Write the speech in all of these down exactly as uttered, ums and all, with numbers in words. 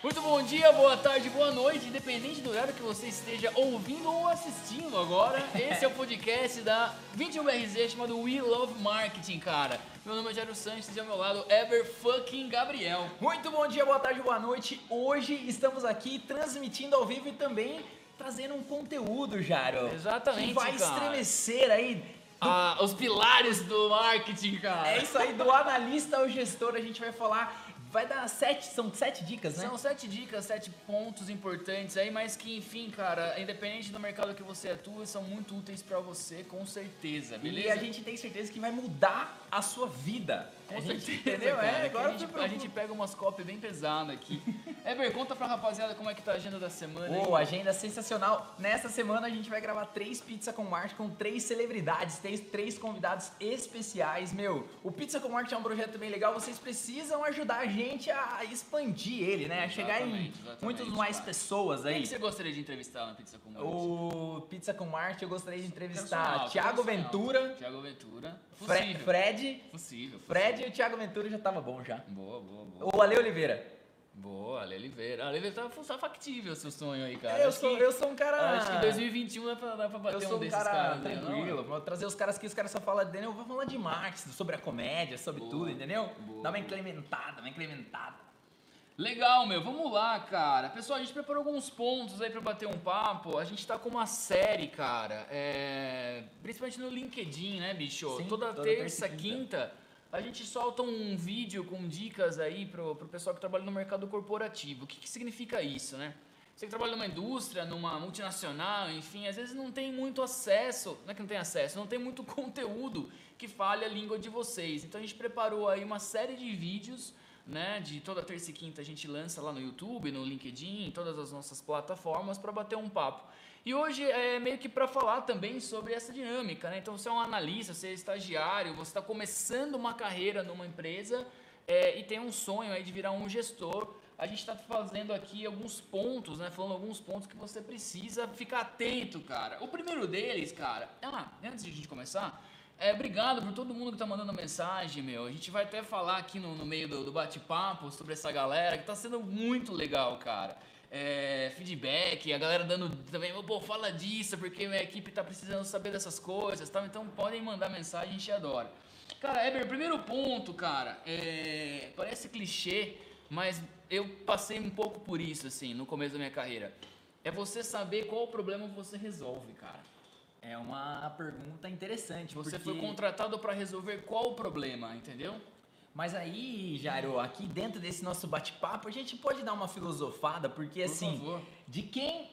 Muito bom dia, boa tarde, boa noite, independente do horário que você esteja ouvindo ou assistindo agora. Esse é o podcast da vinte e um B R Z chamado We Love Marketing, cara. Meu nome é Jairo Sanches e ao meu lado, Ever fucking Gabriel. Muito bom dia, boa tarde, boa noite. Hoje estamos aqui transmitindo ao vivo e também trazendo um conteúdo, Jairo. Exatamente, que vai cara. estremecer aí. Do... Ah, os pilares do marketing, cara. É isso aí, do analista ao gestor, a gente vai falar... Vai dar sete, são sete dicas, né? São sete dicas, sete pontos importantes aí, mas que, enfim, cara, independente do mercado que você atua, são muito úteis pra você, com certeza, beleza? E a gente tem certeza que vai mudar a sua vida. Com a gente, certeza, entendeu? cara, É, agora a gente, a gente pega umas cópias bem pesadas aqui. Eber, conta pra rapaziada como é que tá a agenda da semana. Pô, oh, agenda sensacional. Nessa semana a gente vai gravar três Pizza com Marketing com três celebridades, três, três convidados especiais. Meu, o Pizza com Marketing é um projeto bem legal, vocês precisam ajudar a gente a expandir ele, né? A chegar em muitas mais cara. pessoas aí. Quem que você gostaria de entrevistar na Pizza com Marketing? O Pizza com Marketing eu gostaria de entrevistar Personal, Thiago personal. Ventura. Thiago Ventura. Fre Possível. Fred. Possível, Fred possível. e o Thiago Ventura já tava bom já. Boa, boa, boa. O Ale Oliveira. Boa, Ale Oliveira. Ale Oliveira tá, tá factível o seu sonho aí, cara. É, eu, Acho sou, que, eu sou um cara... Acho que em dois mil e vinte e um dá pra, dá pra bater Eu sou um um desses cara caras. né? tranquilo, Não? vou trazer os caras que os caras só falam dele, eu vou falar de marketing, sobre a comédia, sobre Boa, tudo, entendeu? boa, Dá uma boa. incrementada, uma incrementada. Legal, meu. Vamos lá, cara. Pessoal, a gente preparou alguns pontos aí pra bater um papo. A gente tá com uma série, cara, é... principalmente no LinkedIn, né, bicho? Sim, toda, toda terça, terça e quinta, a gente solta um vídeo com dicas aí pro, pro pessoal que trabalha no mercado corporativo. O que, que significa isso, né? Você que trabalha numa indústria, numa multinacional, enfim, às vezes não tem muito acesso, não é que não tem acesso, não tem muito conteúdo que fale a língua de vocês. Então a gente preparou aí uma série de vídeos, né, de toda terça e quinta a gente lança lá no YouTube, no LinkedIn, em todas as nossas plataformas para bater um papo. E hoje é meio que para falar também sobre essa dinâmica, né? Então você é um analista, você é estagiário, você está começando uma carreira numa empresa é, e tem um sonho aí de virar um gestor. A gente está fazendo aqui alguns pontos, né? Falando alguns pontos que você precisa ficar atento, cara. O primeiro deles, cara, ah, antes de a gente começar, é, obrigado por todo mundo que tá mandando mensagem, meu. A gente vai até falar aqui no, no meio do, do bate-papo sobre essa galera, que tá sendo muito legal, cara. É, feedback, a galera dando também, pô, fala disso, porque minha equipe tá precisando saber dessas coisas, tá? Então podem mandar mensagem, a gente adora. Cara, Eber, primeiro ponto, cara, é, parece clichê, mas eu passei um pouco por isso, assim, no começo da minha carreira. É você saber qual o problema você resolve, cara. É uma pergunta interessante. Você porque... foi contratado para resolver qual o problema, entendeu? Mas aí, Jairo, aqui dentro desse nosso bate-papo, a gente pode dar uma filosofada, porque Por assim, favor. de quem...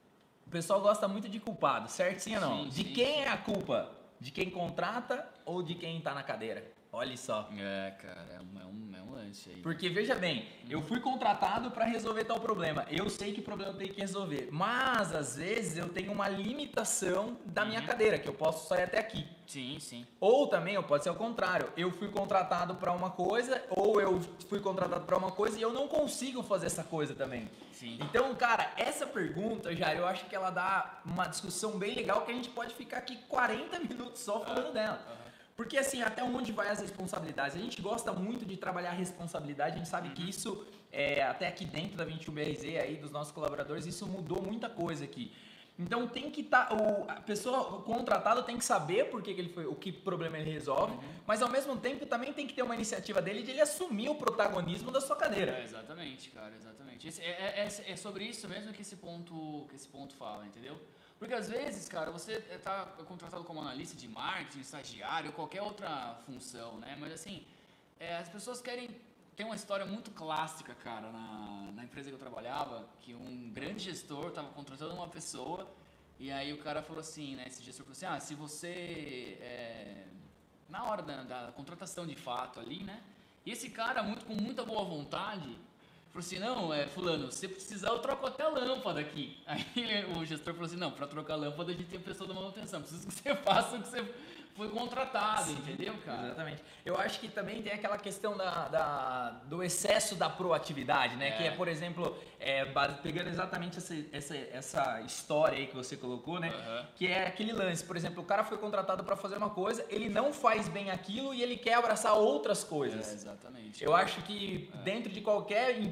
O pessoal gosta muito de culpado, certo sim ou não? Sim, de sim, quem sim. é a culpa? De quem contrata ou de quem tá na cadeira? Olha só. É, cara, é um, é um, é um lance aí. Porque, veja bem, eu fui contratado para resolver tal problema. Eu sei que problema eu tenho que resolver. Mas, às vezes, eu tenho uma limitação da minha Uhum. cadeira, que eu posso sair até aqui. Sim, sim. Ou também, ou pode ser o contrário. Eu fui contratado para uma coisa, ou eu fui contratado para uma coisa e eu não consigo fazer essa coisa também. Sim. Então, cara, essa pergunta, Jair, eu acho que ela dá uma discussão bem legal que a gente pode ficar aqui quarenta minutos só falando dela. Uhum. Porque assim, até onde vai as responsabilidades? A gente gosta muito de trabalhar a responsabilidade, a gente sabe que isso, é, até aqui dentro da vinte e um B R Z, aí, dos nossos colaboradores, isso mudou muita coisa aqui. Então tem que estar, tá, a pessoa, o contratado tem que saber por que, que ele foi, o que problema ele resolve, uhum. mas ao mesmo tempo também tem que ter uma iniciativa dele de ele assumir o protagonismo da sua cadeira. É, exatamente, cara, exatamente. Esse, é, é, é sobre isso mesmo que esse ponto, que esse ponto fala, entendeu? Porque às vezes, cara, você está contratado como analista de marketing, estagiário, qualquer outra função, né? Mas assim, é, as pessoas querem... Tem uma história muito clássica, cara, na, na empresa que eu trabalhava, que um grande gestor estava contratando uma pessoa e aí o cara falou assim, né? Esse gestor falou assim, ah, se você... É, na hora da, da contratação de fato ali, né? E esse cara, muito, com muita boa vontade... Falou assim, não, é, fulano, se precisar eu troco até a lâmpada aqui. Aí o gestor falou assim, não, para trocar a lâmpada a gente tem a pessoa da manutenção, preciso que você faça o que você foi contratado, sim, entendeu, cara? Exatamente. Eu acho que também tem aquela questão da, da, do excesso da proatividade, né? É. Que é, por exemplo, é, pegando exatamente essa, essa, essa história aí que você colocou, né? Uhum. Que é aquele lance, por exemplo, o cara foi contratado para fazer uma coisa, ele não faz bem aquilo e ele quer abraçar outras coisas. É, exatamente. Eu acho que é. dentro de qualquer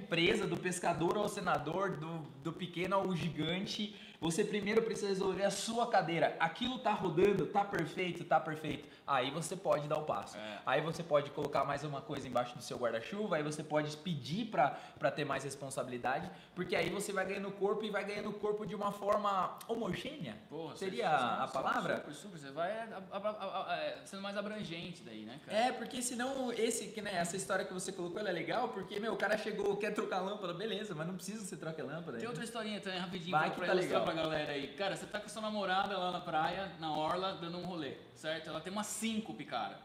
empresa, do pescador ao senador, do, do pequeno ao gigante, você primeiro precisa resolver a sua cadeira. Aquilo tá rodando, tá perfeito, tá perfeito. Aí você pode dar o passo. É. Aí você pode colocar mais uma coisa embaixo do seu guarda-chuva, aí você pode pedir para ter mais responsabilidade, porque aí você vai ganhando corpo e vai ganhando corpo de uma forma homogênea. Porra, seria a, a palavra? Super, super. Você vai a, a, a, a, sendo mais abrangente daí, né, cara? É, porque senão esse, que, né, essa história que você colocou, ela é legal, porque, meu, o cara chegou, quer trocar a lâmpada, beleza, mas não precisa você trocar a lâmpada. Tem né? outra historinha também, rapidinho, vai pra, que tá ilustrar legal. pra galera aí. Cara, você tá com a sua namorada lá na praia, na orla, dando um rolê, certo? Ela tem uma síncope, cara.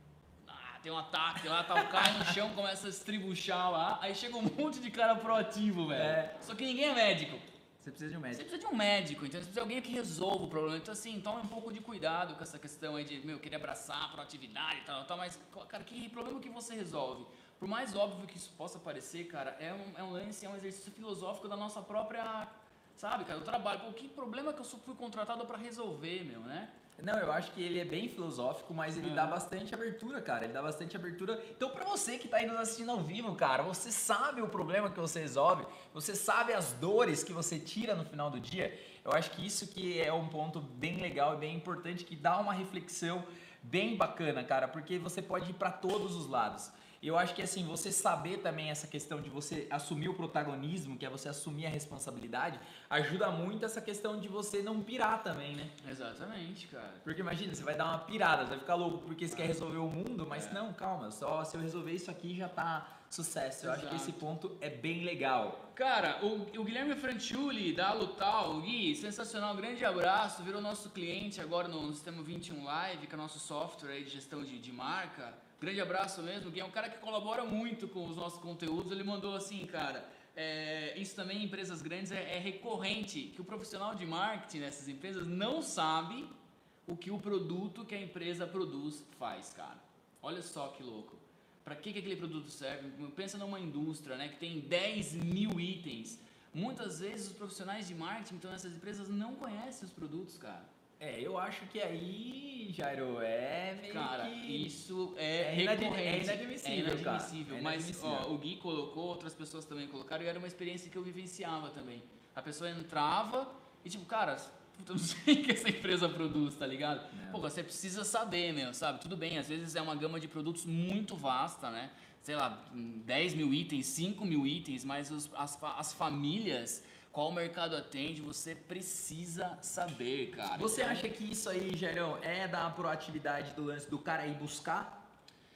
Ah, tem um ataque lá, tá, o cara no chão, começa a estribuchar lá, aí chega um monte de cara proativo, velho. É. Só que ninguém é médico. Você precisa de um médico. Você precisa de um médico, então você precisa de alguém que resolva o problema. Então, assim, tome um pouco de cuidado com essa questão aí de, meu, querer abraçar, proatividade e tal, tal, mas, cara, que problema que você resolve? Por mais óbvio que isso possa parecer, cara, é um, é um lance, é um exercício filosófico da nossa própria, sabe, cara, o trabalho. Pô, que problema que eu fui contratado pra resolver, meu, né? Não, eu acho que ele é bem filosófico, mas ele é. dá bastante abertura, cara. Ele dá bastante abertura. Então, pra você que tá aí nos assistindo ao vivo, cara, você sabe o problema que você resolve, você sabe as dores que você tira no final do dia. Eu acho que isso que é um ponto bem legal e bem importante, que dá uma reflexão bem bacana, cara, porque você pode ir pra todos os lados. E eu acho que assim, você saber também essa questão de você assumir o protagonismo, que é você assumir a responsabilidade, ajuda muito essa questão de você não pirar também, né? Exatamente, cara. Porque imagina, você vai dar uma pirada, você vai ficar louco porque você quer resolver o mundo, mas é. não, calma, só se eu resolver isso aqui já tá sucesso. Eu Exato. acho que esse ponto é bem legal. Cara, o, o Guilherme Franciulli da Lutal, o Gui, sensacional, grande abraço, virou nosso cliente agora no Sistema vinte e um Live, que é nosso software aí de gestão de, de marca. Grande abraço mesmo, Gui é um cara que colabora muito com os nossos conteúdos. Ele mandou assim, cara, é, isso também em empresas grandes é, é recorrente, que o profissional de marketing nessas empresas não sabe o que o produto que a empresa produz faz, cara. Olha só que louco. Para que, que aquele produto serve? Pensa numa indústria, né, que tem dez mil itens. Muitas vezes os profissionais de marketing que estão nessas empresas não conhecem os produtos, cara. É, eu acho que aí, Jairo, é meio Cara, que... isso é, é recorrente. É inadmissível, é inadmissível. É mas inadmissível. Ó, o Gui colocou, outras pessoas também colocaram, e era uma experiência que eu vivenciava também. A pessoa entrava e tipo, cara, eu não sei o que essa empresa produz, tá ligado? Não. Pô, você precisa saber, meu, sabe? Tudo bem, às vezes é uma gama de produtos muito vasta, né? Sei lá, dez mil itens, cinco mil itens, mas os, as, as famílias... Qual mercado atende, você precisa saber, cara. Você então, acha que isso aí, Jairão, é da proatividade do lance do cara ir buscar?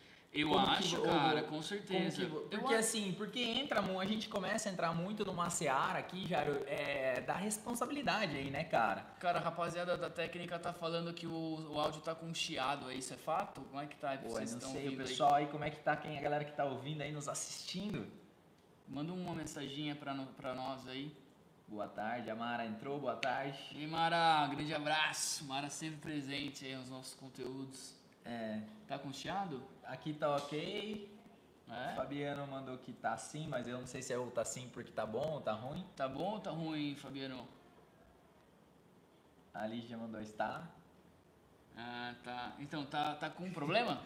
Eu como acho, que, cara, ou, com certeza. Que, porque eu assim, porque entra, a gente começa a entrar muito numa seara aqui, Jairo, é, da responsabilidade aí, né, cara? Cara, a rapaziada da técnica tá falando que o, o áudio tá com chiado aí, isso é fato? Como é que tá? Pô, vocês não sei, o pessoal aí? aí, como é que tá, quem, a galera que tá ouvindo aí, nos assistindo? Manda uma mensaginha pra, pra nós aí. Boa tarde, a Mara entrou, boa tarde. E Mara, grande abraço. Mara sempre presente aí nos nossos conteúdos. É. Tá com chiado? Aqui tá ok. É? O Fabiano mandou que tá sim, mas eu não sei se é o tá sim porque tá bom ou tá ruim. Tá bom ou tá ruim, Fabiano? A Lígia mandou está. Ah, tá. Então, tá, tá com um problema?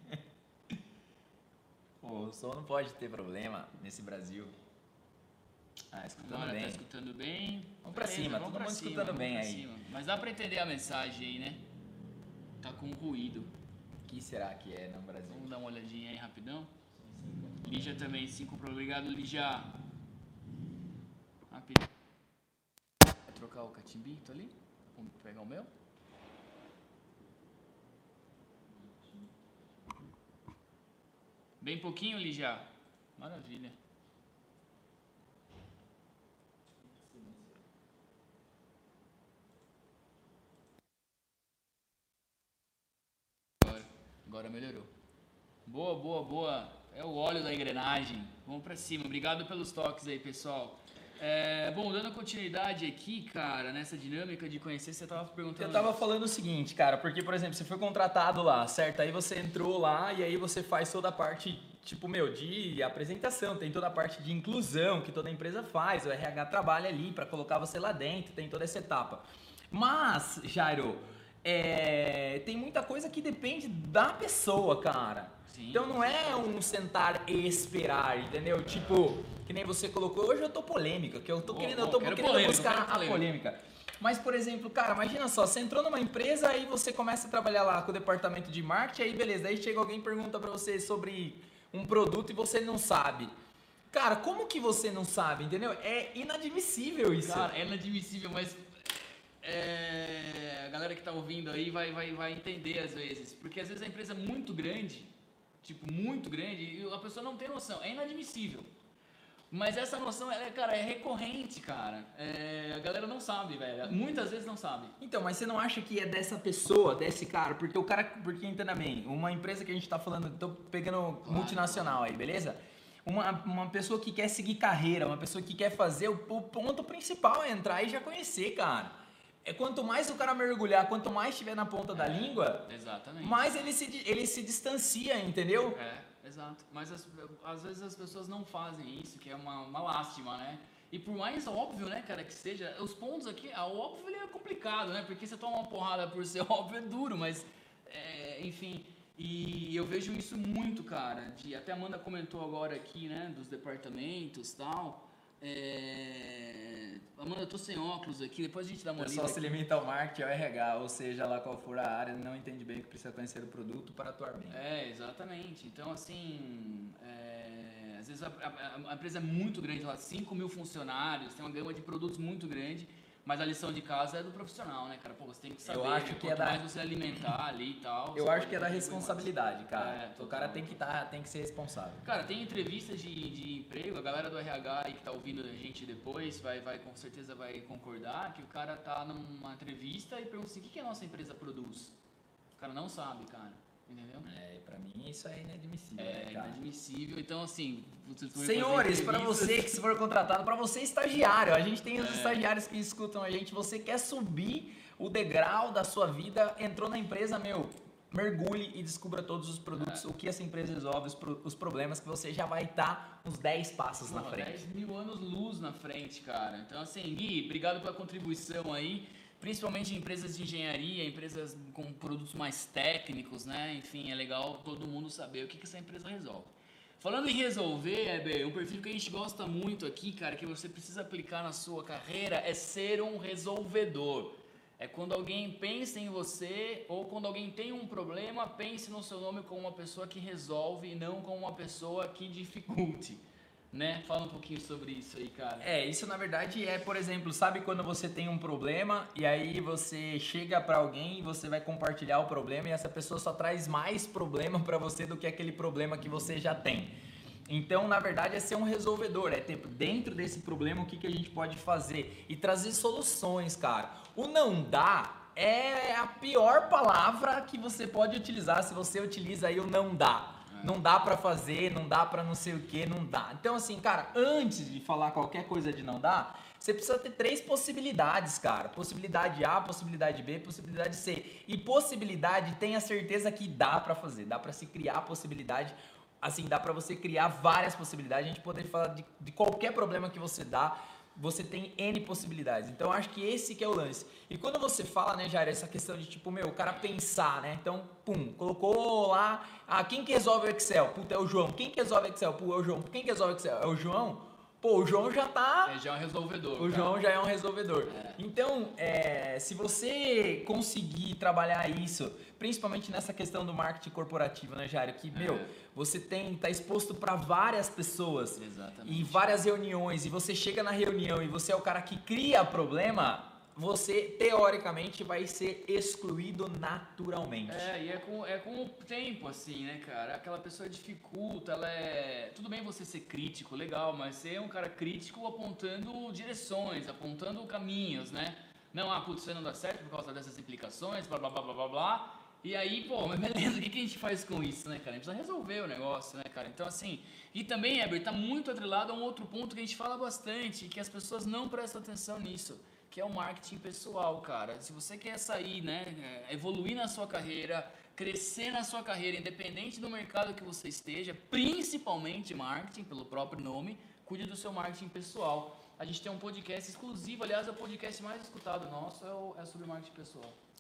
Pô, o som não pode ter problema nesse Brasil. Ah, escutando Agora bem. Tá escutando bem. Vamos pra Beleza, cima, vamos todo pra mundo cima, escutando bem aí. Cima. Mas dá pra entender a mensagem aí, né? Tá com ruído. O que será que é no Brasil? Vamos dar uma olhadinha aí rapidão. Lígia também, cinco. Obrigado, Lígia. Rapidinho. Vai trocar o catimbito ali? Vamos pegar o meu? Bem pouquinho, Lígia. Maravilha. Agora, agora melhorou. Boa, boa, boa. É o óleo da engrenagem. Vamos pra cima. Obrigado pelos toques aí, pessoal. É, bom, dando continuidade aqui, cara, nessa dinâmica de conhecer, você tava perguntando... Eu tava falando o seguinte, cara, porque, por exemplo, você foi contratado lá, certo? Aí você entrou lá e aí você faz toda a parte, tipo, meu, de apresentação, tem toda a parte de inclusão que toda empresa faz, o R H trabalha ali pra colocar você lá dentro, tem toda essa etapa. Mas, Jairo, é, tem muita coisa que depende da pessoa, cara. Sim. Então não é um sentar e esperar, entendeu? Tipo, que nem você colocou, hoje eu tô polêmica, que eu tô Oh, querendo, oh, eu tô quero querendo polêmica, buscar quero a polêmica. Mas, por exemplo, cara, imagina só, você entrou numa empresa e você começa a trabalhar lá com o departamento de marketing, aí beleza, aí chega alguém e pergunta pra você sobre um produto e você não sabe. Cara, como que você não sabe, entendeu? É inadmissível isso. Cara, é inadmissível, mas é, a galera que tá ouvindo aí vai, vai, vai entender às vezes. Porque às vezes a empresa é muito grande, tipo, muito grande, e a pessoa não tem noção. É inadmissível. Mas essa noção, ela, é, cara, é recorrente, cara. É, a galera não sabe, velho. Muitas vezes não sabe. Então, mas você não acha que é dessa pessoa, desse cara? Porque o cara, porque entenda bem, uma empresa que a gente tá falando, tô pegando Claro, multinacional aí, beleza? Uma, uma pessoa que quer seguir carreira, uma pessoa que quer fazer, o, o ponto principal é entrar e já conhecer, cara. É quanto mais o cara mergulhar, quanto mais estiver na ponta da É, língua, exatamente. mais ele se, ele se distancia, entendeu? É, exato. Mas as- às vezes as pessoas não fazem isso, que é uma, uma lástima, né? E por mais óbvio, né, cara, que seja, os pontos aqui, a óbvio ele é complicado, né? Porque você toma uma porrada por ser óbvio é duro, mas, é, enfim. E eu vejo isso muito, cara. De, até a Amanda comentou agora aqui, né, dos departamentos e tal. É, Amanda, eu tô sem óculos aqui, depois a gente dá O uma lida pessoal se aqui. limita ao marketing, ao R H, ou seja, lá qual for a área, não entende bem o que precisa conhecer o produto para atuar bem. É, exatamente. Então, assim, é, às vezes a, a- a empresa é muito grande, lá, cinco mil funcionários, tem uma gama de produtos muito grande, mas a lição de casa é do profissional, né, cara? Pô, você tem que saber, Eu acho né? que Quanto é da- mais você alimentar ali e tal... Eu você acho pode que é da contribuir responsabilidade, cara. É, o total, cara tem que, total. tá, tem que ser responsável. mais. Cara, tem entrevistas de, de emprego, a galera do R H aí que tá ouvindo a gente depois vai, vai com certeza vai concordar que o cara tá numa entrevista e pergunta assim, o que, que a nossa empresa produz? O cara não sabe, cara, entendeu? É, pra mim isso é inadmissível, É né, cara? inadmissível, então assim... vocês forem Senhores, fazer para entrevistas- você que se for contratado, para você estagiário, a gente tem os É. estagiários que escutam a gente, você quer subir o degrau da sua vida, entrou na empresa, meu, mergulhe e descubra todos os produtos, o que essa empresa resolve, os, pro- os problemas que você já vai estar uns dez passos na Pô, frente. dez mil anos luz na frente, cara. Então, assim, Gui, obrigado pela contribuição aí, principalmente em empresas de engenharia, empresas com produtos mais técnicos, né? Enfim, é legal todo mundo saber o que, que essa empresa resolve. Falando em resolver, Heber, um perfil que a gente gosta muito aqui, cara, que você precisa aplicar na sua carreira é ser um resolvedor. É quando alguém pensa em você ou quando alguém tem um problema, pense no seu nome como uma pessoa que resolve e não como uma pessoa que dificulte, né? Fala um pouquinho sobre isso aí, cara. É, isso na verdade é, por exemplo, sabe quando você tem um problema e aí você chega pra alguém e você vai compartilhar o problema e essa pessoa só traz mais problema pra você do que aquele problema que você já tem. Então, na verdade, é ser um resolvedor, é ter dentro desse problema o que, que a gente pode fazer e trazer soluções, cara. O não dá é a pior palavra que você pode utilizar se você utiliza aí o não dá. Não dá pra fazer, não dá pra não sei o que, não dá. Então assim, cara, antes de falar qualquer coisa de não dá, você precisa ter três possibilidades, cara. Possibilidade A, possibilidade B, possibilidade C. E possibilidade, tenha certeza que dá pra fazer, dá pra se criar possibilidade. Assim, dá pra você criar várias possibilidades. A gente poder falar de, de qualquer problema que você dá, você tem N possibilidades. Então, acho que esse que é o lance. E quando você fala, né, Jair, essa questão de, tipo, meu, o cara pensar, né? Então, pum, colocou lá, ah, quem que resolve o Excel? Puta, é o João. Quem que resolve o Excel? Pô, é o João. Quem que resolve o Excel? É o João? Pô, o João já tá... É já um resolvedor. O cara. João já é um resolvedor. É. Então, é, se você conseguir trabalhar isso, principalmente nessa questão do marketing corporativo, né, Jair? Que, meu, É. você tem, tá exposto para várias pessoas Exatamente. e várias reuniões, e você chega na reunião e você é o cara que cria problema, você, teoricamente, vai ser excluído naturalmente. É, e é com, é com o tempo, assim, né, cara? Aquela pessoa dificulta, ela é... Tudo bem você ser crítico, legal, mas ser um cara crítico apontando direções, apontando caminhos, né? Não, ah, putz, isso aí não dá certo por causa dessas implicações, blá, blá, blá, blá, blá, blá. E aí, pô, mas beleza, o que, que a gente faz com isso, né, cara? A gente precisa resolver o negócio, né, cara? Então, assim... E também, Heber, tá muito atrelado a um outro ponto que a gente fala bastante, que as pessoas não prestam atenção nisso, que é o marketing pessoal, cara. Se você quer sair, né, evoluir na sua carreira, crescer na sua carreira, independente do mercado que você esteja, principalmente marketing, pelo próprio nome, cuide do seu marketing pessoal. A gente tem um podcast exclusivo, aliás, é o podcast mais escutado nosso, é, o, é sobre marketing pessoal.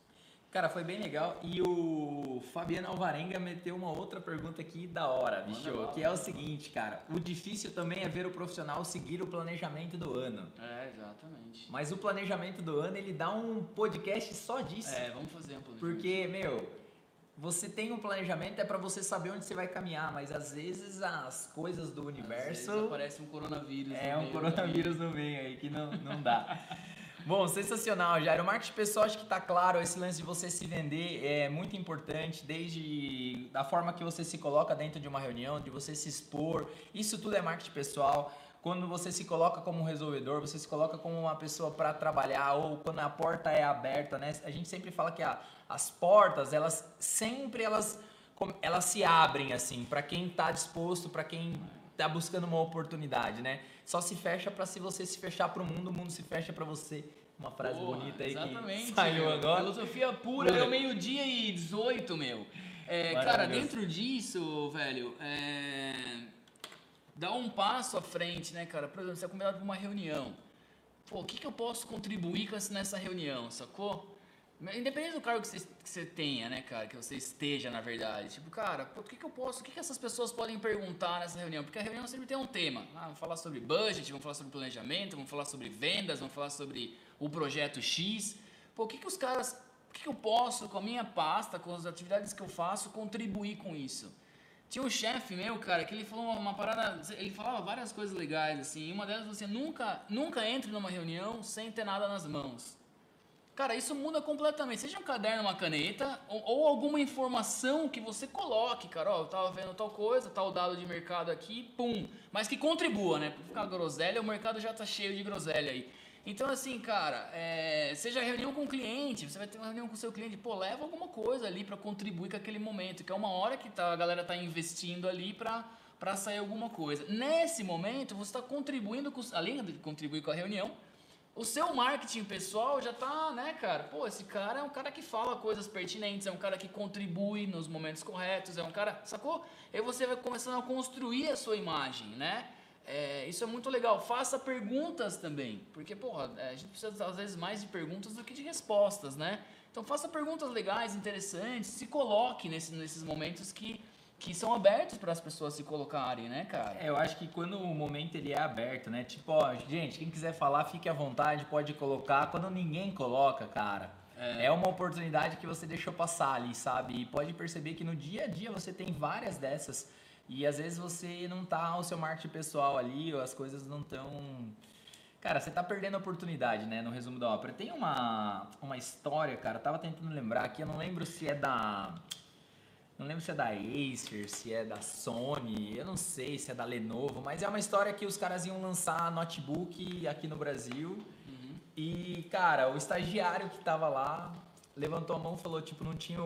Cara, foi bem legal. E o Fabiano Alvarenga meteu uma outra pergunta aqui da hora, bicho. Lá, que é o seguinte, cara. O difícil também é ver o profissional seguir o planejamento do ano. É, exatamente. Mas o planejamento do ano, ele dá um podcast só disso. É, vamos fazer um planejamento. Porque, meu, você tem um planejamento, é pra você saber onde você vai caminhar. Mas às vezes as coisas do universo... Às vezes aparece um coronavírus É, no um meio coronavírus no meio aí que não, não dá. Bom, sensacional, Jair. O marketing pessoal, acho que tá claro, esse lance de você se vender é muito importante, desde da forma que você se coloca dentro de uma reunião, de você se expor, isso tudo é marketing pessoal. Quando você se coloca como um resolvedor, você se coloca como uma pessoa para trabalhar, ou quando a porta é aberta, né? A gente sempre fala que a, as portas, elas sempre elas, elas se abrem assim, para quem tá disposto, para quem tá buscando uma oportunidade, né? Só se fecha para se você se fechar para o mundo, o mundo se fecha para você. Uma frase Porra, bonita aí exatamente, que saiu meu. agora. Filosofia pura, é o meio-dia e dezoito, meu. É, cara, dentro disso, velho, é... dá um passo à frente, né, cara? Por exemplo, você é convidado para uma reunião. Pô, o que, que eu posso contribuir com essa, nessa reunião, sacou? Independente do cargo que você, que você tenha, né, cara, que você esteja, na verdade. Tipo, cara, pô, o que, que eu posso, o que, que essas pessoas podem perguntar nessa reunião? Porque a reunião sempre tem um tema. Ah, vamos falar sobre budget, vamos falar sobre planejamento, vamos falar sobre vendas, vamos falar sobre o projeto X. Pô, o que, que os caras, o que, que eu posso, com a minha pasta, com as atividades que eu faço, contribuir com isso? Tinha um chefe meu, cara, que ele falou uma, uma parada, ele falava várias coisas legais, assim, e uma delas você nunca, nunca entre numa reunião sem ter nada nas mãos. Cara, isso muda completamente. Seja um caderno, uma caneta, ou, ou alguma informação que você coloque, cara. Ó, eu tava vendo tal coisa, tal dado de mercado aqui, pum. Mas que contribua, né? Pra ficar groselha, o mercado já tá cheio de groselha aí. Então, assim, cara, é, seja reunião com o cliente, você vai ter uma reunião com o seu cliente, pô, leva alguma coisa ali para contribuir com aquele momento, que é uma hora que tá, a galera tá investindo ali para para sair alguma coisa. Nesse momento, você está contribuindo, com, além de contribuir com a reunião, o seu marketing pessoal já tá, né, cara? Pô, esse cara é um cara que fala coisas pertinentes, é um cara que contribui nos momentos corretos, é um cara, sacou? Aí você vai começando a construir a sua imagem, né? É, isso é muito legal. Faça perguntas também, porque, porra, a gente precisa às vezes mais de perguntas do que de respostas, né? Então faça perguntas legais, interessantes, se coloque nesse, nesses momentos que, que são abertos para as pessoas se colocarem, né, cara? É, eu acho que quando o momento ele é aberto, né? Tipo, ó, gente, quem quiser falar, fique à vontade, pode colocar. Quando ninguém coloca, cara, é, é uma oportunidade que você deixou passar ali, sabe? E pode perceber que no dia a dia você tem várias dessas. E às vezes você não tá o seu marketing pessoal ali, ou as coisas não estão... Cara, você tá perdendo a oportunidade, né, no resumo da ópera. Tem uma, uma história, cara, eu tava tentando lembrar aqui, eu não lembro se é da... Não lembro se é da Acer, se é da Sony, eu não sei se é da Lenovo, mas é uma história que os caras iam lançar notebook aqui no Brasil. Uhum. E, cara, o estagiário que tava lá... levantou a mão e falou, tipo, não tinha o,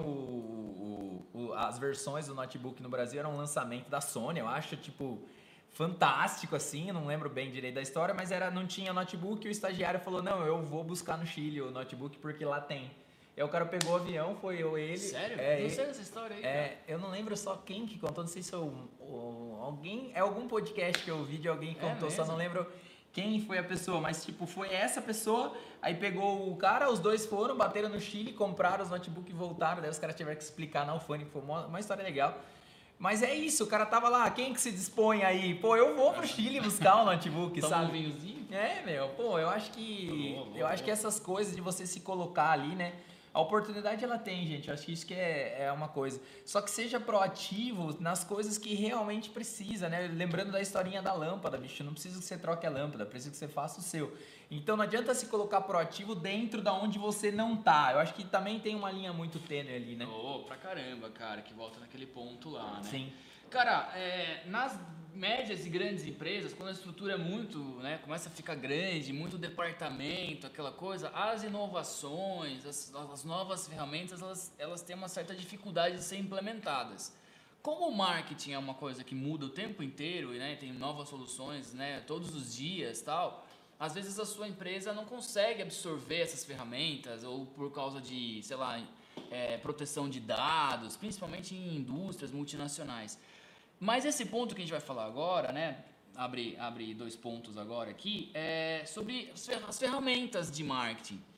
o, o, as versões do notebook no Brasil, era um lançamento da Sony, eu acho, tipo, fantástico, assim, eu não lembro bem direito da história, mas era, não tinha notebook e o estagiário falou, não, eu vou buscar no Chile o notebook porque lá tem. E aí o cara pegou o avião, foi eu, ele... Sério? É, não ele, sei essa história aí, é, eu não lembro só quem que contou, não sei se eu, ou, alguém, é algum podcast que eu vi de alguém que contou, é só não lembro... Quem foi a pessoa, mas tipo, foi essa pessoa, aí pegou o cara, os dois foram, bateram no Chile, compraram os notebooks e voltaram, daí os caras tiveram que explicar na alfândega, foi uma, uma história legal. Mas é isso, o cara tava lá, quem que se dispõe aí? Pô, eu vou pro Chile buscar o notebook, Toma sabe? um vinhozinho? É, meu, pô, eu acho que, Boa, boa, eu acho boa. que essas coisas de você se colocar ali, né? A oportunidade ela tem, gente. Eu acho que isso que é, é uma coisa. Só que seja proativo nas coisas que realmente precisa, né? Lembrando da historinha da lâmpada, bicho. Não precisa que você troque a lâmpada, precisa que você faça o seu. Então não adianta se colocar proativo dentro da onde você não tá. Eu acho que também tem uma linha muito tênue ali, né? Oh, pra caramba, cara, que volta naquele ponto lá, né? Sim. Cara, é, nas médias e grandes empresas, quando a estrutura é muito, né, começa a ficar grande, muito departamento, aquela coisa, as inovações, as, as novas ferramentas, elas, elas têm uma certa dificuldade de ser implementadas. Como o marketing é uma coisa que muda o tempo inteiro, né, tem novas soluções, né, todos os dias, tal, às vezes a sua empresa não consegue absorver essas ferramentas, ou por causa de, sei lá, é, proteção de dados, principalmente em indústrias multinacionais. Mas esse ponto que a gente vai falar agora, né, abre, abre dois pontos agora aqui, é sobre as ferramentas de marketing.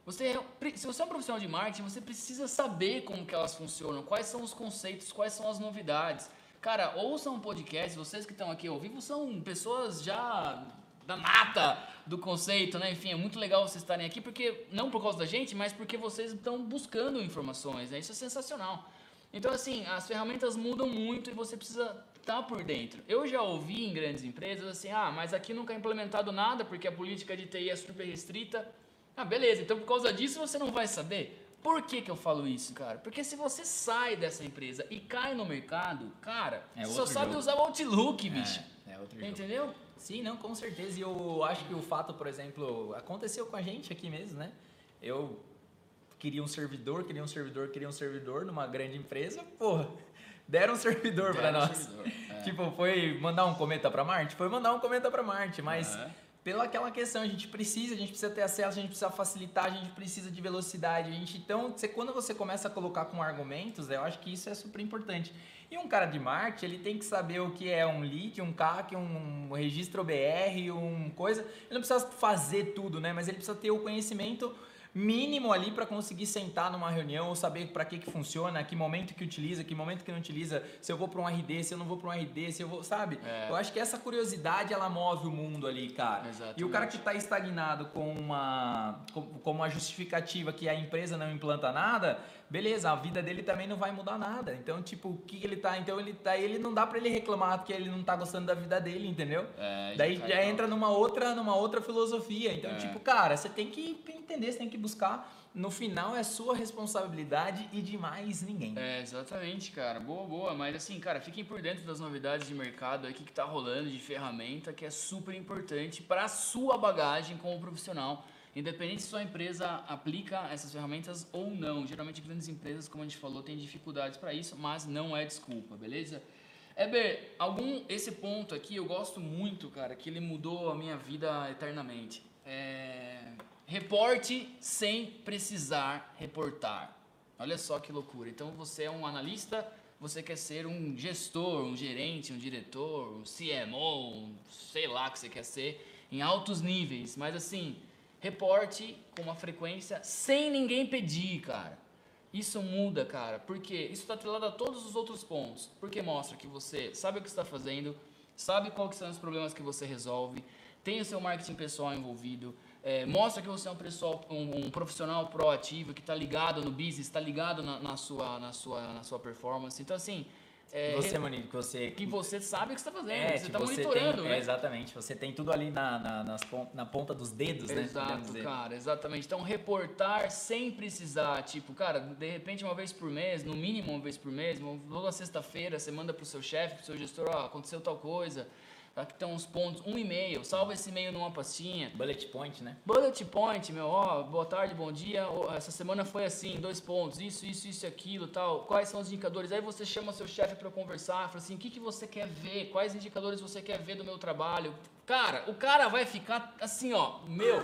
Você, se você é um profissional de marketing, você precisa saber como que elas funcionam, quais são os conceitos, quais são as novidades. Cara, ouçam um podcast, vocês que estão aqui ao vivo são pessoas já da nata do conceito, né? Enfim, é muito legal vocês estarem aqui, porque não por causa da gente, mas porque vocês estão buscando informações, né? Isso é sensacional. Então, assim, as ferramentas mudam muito e você precisa estar por dentro. Eu já ouvi em grandes empresas assim, ah, mas aqui nunca é implementado nada porque a política de T I é super restrita. Ah, beleza, então por causa disso você não vai saber. Por que que eu falo isso, cara? Porque se você sai dessa empresa e cai no mercado, cara, é você só sabe jogo. usar o Outlook, bicho. É, é outro Entendeu? Jogo. Sim, não, com certeza. E eu acho que o fato, por exemplo, aconteceu com a gente aqui mesmo, né? Eu queria um servidor, queria um servidor, queria um servidor numa grande empresa, porra, deram um servidor para nós. Servidor, é. Tipo, foi mandar um cometa para Marte? Foi mandar um cometa para Marte, mas... É. Pela aquela questão, a gente precisa, a gente precisa ter acesso, a gente precisa facilitar, a gente precisa de velocidade. A gente, então, você, quando você começa a colocar com argumentos, eu acho que isso é super importante. E um cara de marketing, ele tem que saber o que é um lead, um C A C, um registro O B R, um coisa. Ele não precisa fazer tudo, né? Mas ele precisa ter o conhecimento mínimo ali para conseguir sentar numa reunião ou saber para que que funciona, que momento que utiliza, que momento que não utiliza, se eu vou para um R D, se eu não vou para um R D, se eu vou, sabe? É. Eu acho que essa curiosidade ela move o mundo ali, cara. Exatamente. E o cara que está estagnado com uma com, com uma justificativa que a empresa não implanta nada, beleza, a vida dele também não vai mudar nada. Então, tipo, o que ele tá, então ele tá, ele não dá para ele reclamar que ele não tá gostando da vida dele, entendeu? É, Daí já, já entra numa outra, numa outra filosofia. Então, é. tipo, cara, você tem que entender, você tem que buscar, no final é sua responsabilidade e de mais ninguém. É, exatamente, cara. Boa, boa. Mas assim, cara, fiquem por dentro das novidades de mercado aí, que que tá rolando de ferramenta, que é super importante para a sua bagagem como profissional. Independente se sua empresa aplica essas ferramentas ou não. Geralmente grandes empresas, como a gente falou, têm dificuldades para isso, mas não é desculpa, beleza? Heber, algum, esse ponto aqui eu gosto muito, cara, que ele mudou a minha vida eternamente. É... Reporte sem precisar reportar. Olha só que loucura. Então você é um analista, você quer ser um gestor, um gerente, um diretor, um C M O, um sei lá o que você quer ser, em altos níveis. Mas assim, reporte com uma frequência sem ninguém pedir, cara. Isso muda, cara. Por quê? Isso está atrelado a todos os outros pontos. Porque mostra que você sabe o que está fazendo, sabe quais são os problemas que você resolve, tem o seu marketing pessoal envolvido, É, mostra que você é um, pessoal, um, um profissional proativo que está ligado no business, está ligado na, na, sua, na, sua, na sua performance. Então, assim... É, você, Monique, que você... Que você sabe o que você está fazendo, é, você está tipo, monitorando, tem, né? É, exatamente, você tem tudo ali na, na, nas, na ponta dos dedos, né? Exato, cara, exatamente. Então, reportar sem precisar, tipo, cara, de repente uma vez por mês, no mínimo uma vez por mês, toda sexta-feira você manda pro seu chefe, pro seu gestor, ó, aconteceu tal coisa... Aqui estão uns pontos, um e-mail, salva esse e-mail numa pastinha. Bullet point, né? Bullet point, meu, ó, boa tarde, bom dia, essa semana foi assim, dois pontos, isso, isso, isso e aquilo, tal, quais são os indicadores? Aí você chama seu chefe para conversar, fala assim, o que, que você quer ver, quais indicadores você quer ver do meu trabalho? Cara, o cara vai ficar assim, ó, meu,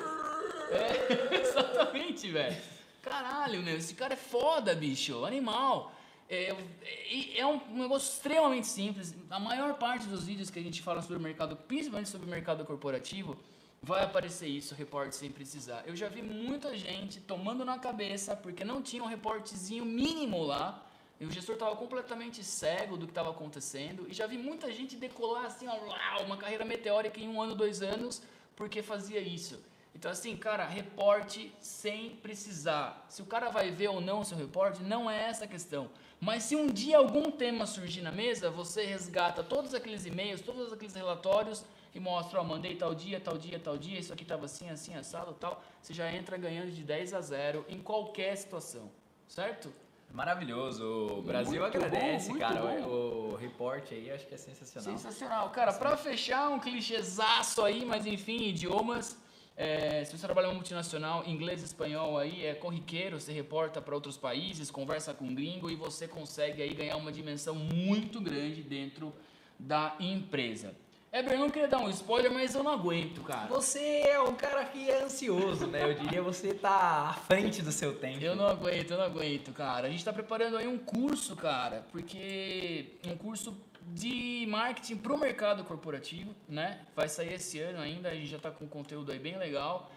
é, exatamente, velho. Caralho, meu, esse cara é foda, bicho, animal. É, é, é um negócio extremamente simples. A maior parte dos vídeos que a gente fala sobre o mercado, principalmente sobre o mercado corporativo, vai aparecer isso, reporte sem precisar. Eu já vi muita gente tomando na cabeça porque não tinha um reportezinho mínimo lá, e o gestor estava completamente cego do que estava acontecendo, e já vi muita gente decolar assim, ó, uma carreira meteórica em um ano, dois anos, porque fazia isso. Então assim, cara, reporte sem precisar. Se o cara vai ver ou não o seu reporte, não é essa a questão. Mas se um dia algum tema surgir na mesa, você resgata todos aqueles e-mails, todos aqueles relatórios e mostra, ó, mandei tal dia, tal dia, tal dia, isso aqui estava assim, assim, assado, tal. Você já entra ganhando de dez a zero em qualquer situação, certo? Maravilhoso. O Brasil muito agradece, bom, cara. Bom. O, o report aí, acho que é sensacional. Sensacional. Cara, para fechar, um clichêzaço aí, mas enfim, idiomas. É, se você trabalha em uma multinacional, inglês e espanhol aí é corriqueiro, você reporta para outros países, conversa com um gringo e você consegue aí ganhar uma dimensão muito grande dentro da empresa. Heber, eu não queria dar um spoiler, mas eu não aguento, cara. Você é um cara que é ansioso, né? Eu diria você tá à frente do seu tempo. Eu não aguento, eu não aguento, cara. A gente tá preparando aí um curso, cara, porque um curso de marketing para o mercado corporativo, né? Vai sair esse ano ainda, a gente já está com um conteúdo aí bem legal.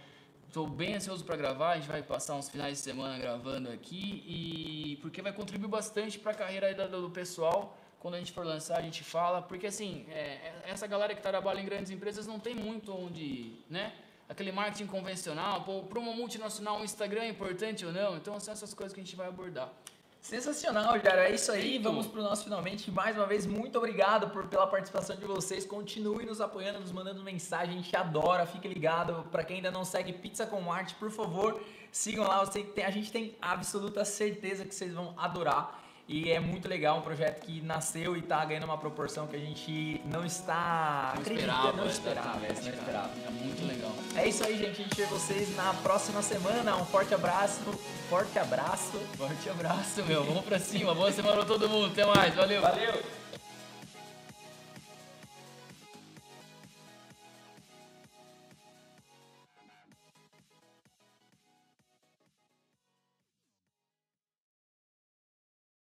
Estou bem ansioso para gravar, a gente vai passar uns finais de semana gravando aqui, e porque vai contribuir bastante para a carreira aí do, do pessoal. Quando a gente for lançar, a gente fala, porque assim, é, essa galera que trabalha em grandes empresas não tem muito onde, né? Aquele marketing convencional, para uma multinacional, o Instagram é importante ou não? Então são essas coisas que a gente vai abordar. Sensacional, Jara. É isso aí. Vamos para o nosso finalmente. Mais uma vez, muito obrigado por, pela participação de vocês. Continue nos apoiando, nos mandando mensagem. A gente adora. Fique ligado. Para quem ainda não segue Pizza com Arte, por favor, sigam lá. A gente tem absoluta certeza que vocês vão adorar. E é muito legal, um projeto que nasceu e está ganhando uma proporção que a gente não está não acreditando, esperava, não esperava, é, não esperava. É muito legal. É isso aí, gente. A gente vê vocês na próxima semana. Um forte abraço. Forte abraço. Forte abraço, meu. Vamos pra cima. Boa semana pra todo mundo. Até mais. Valeu. Valeu.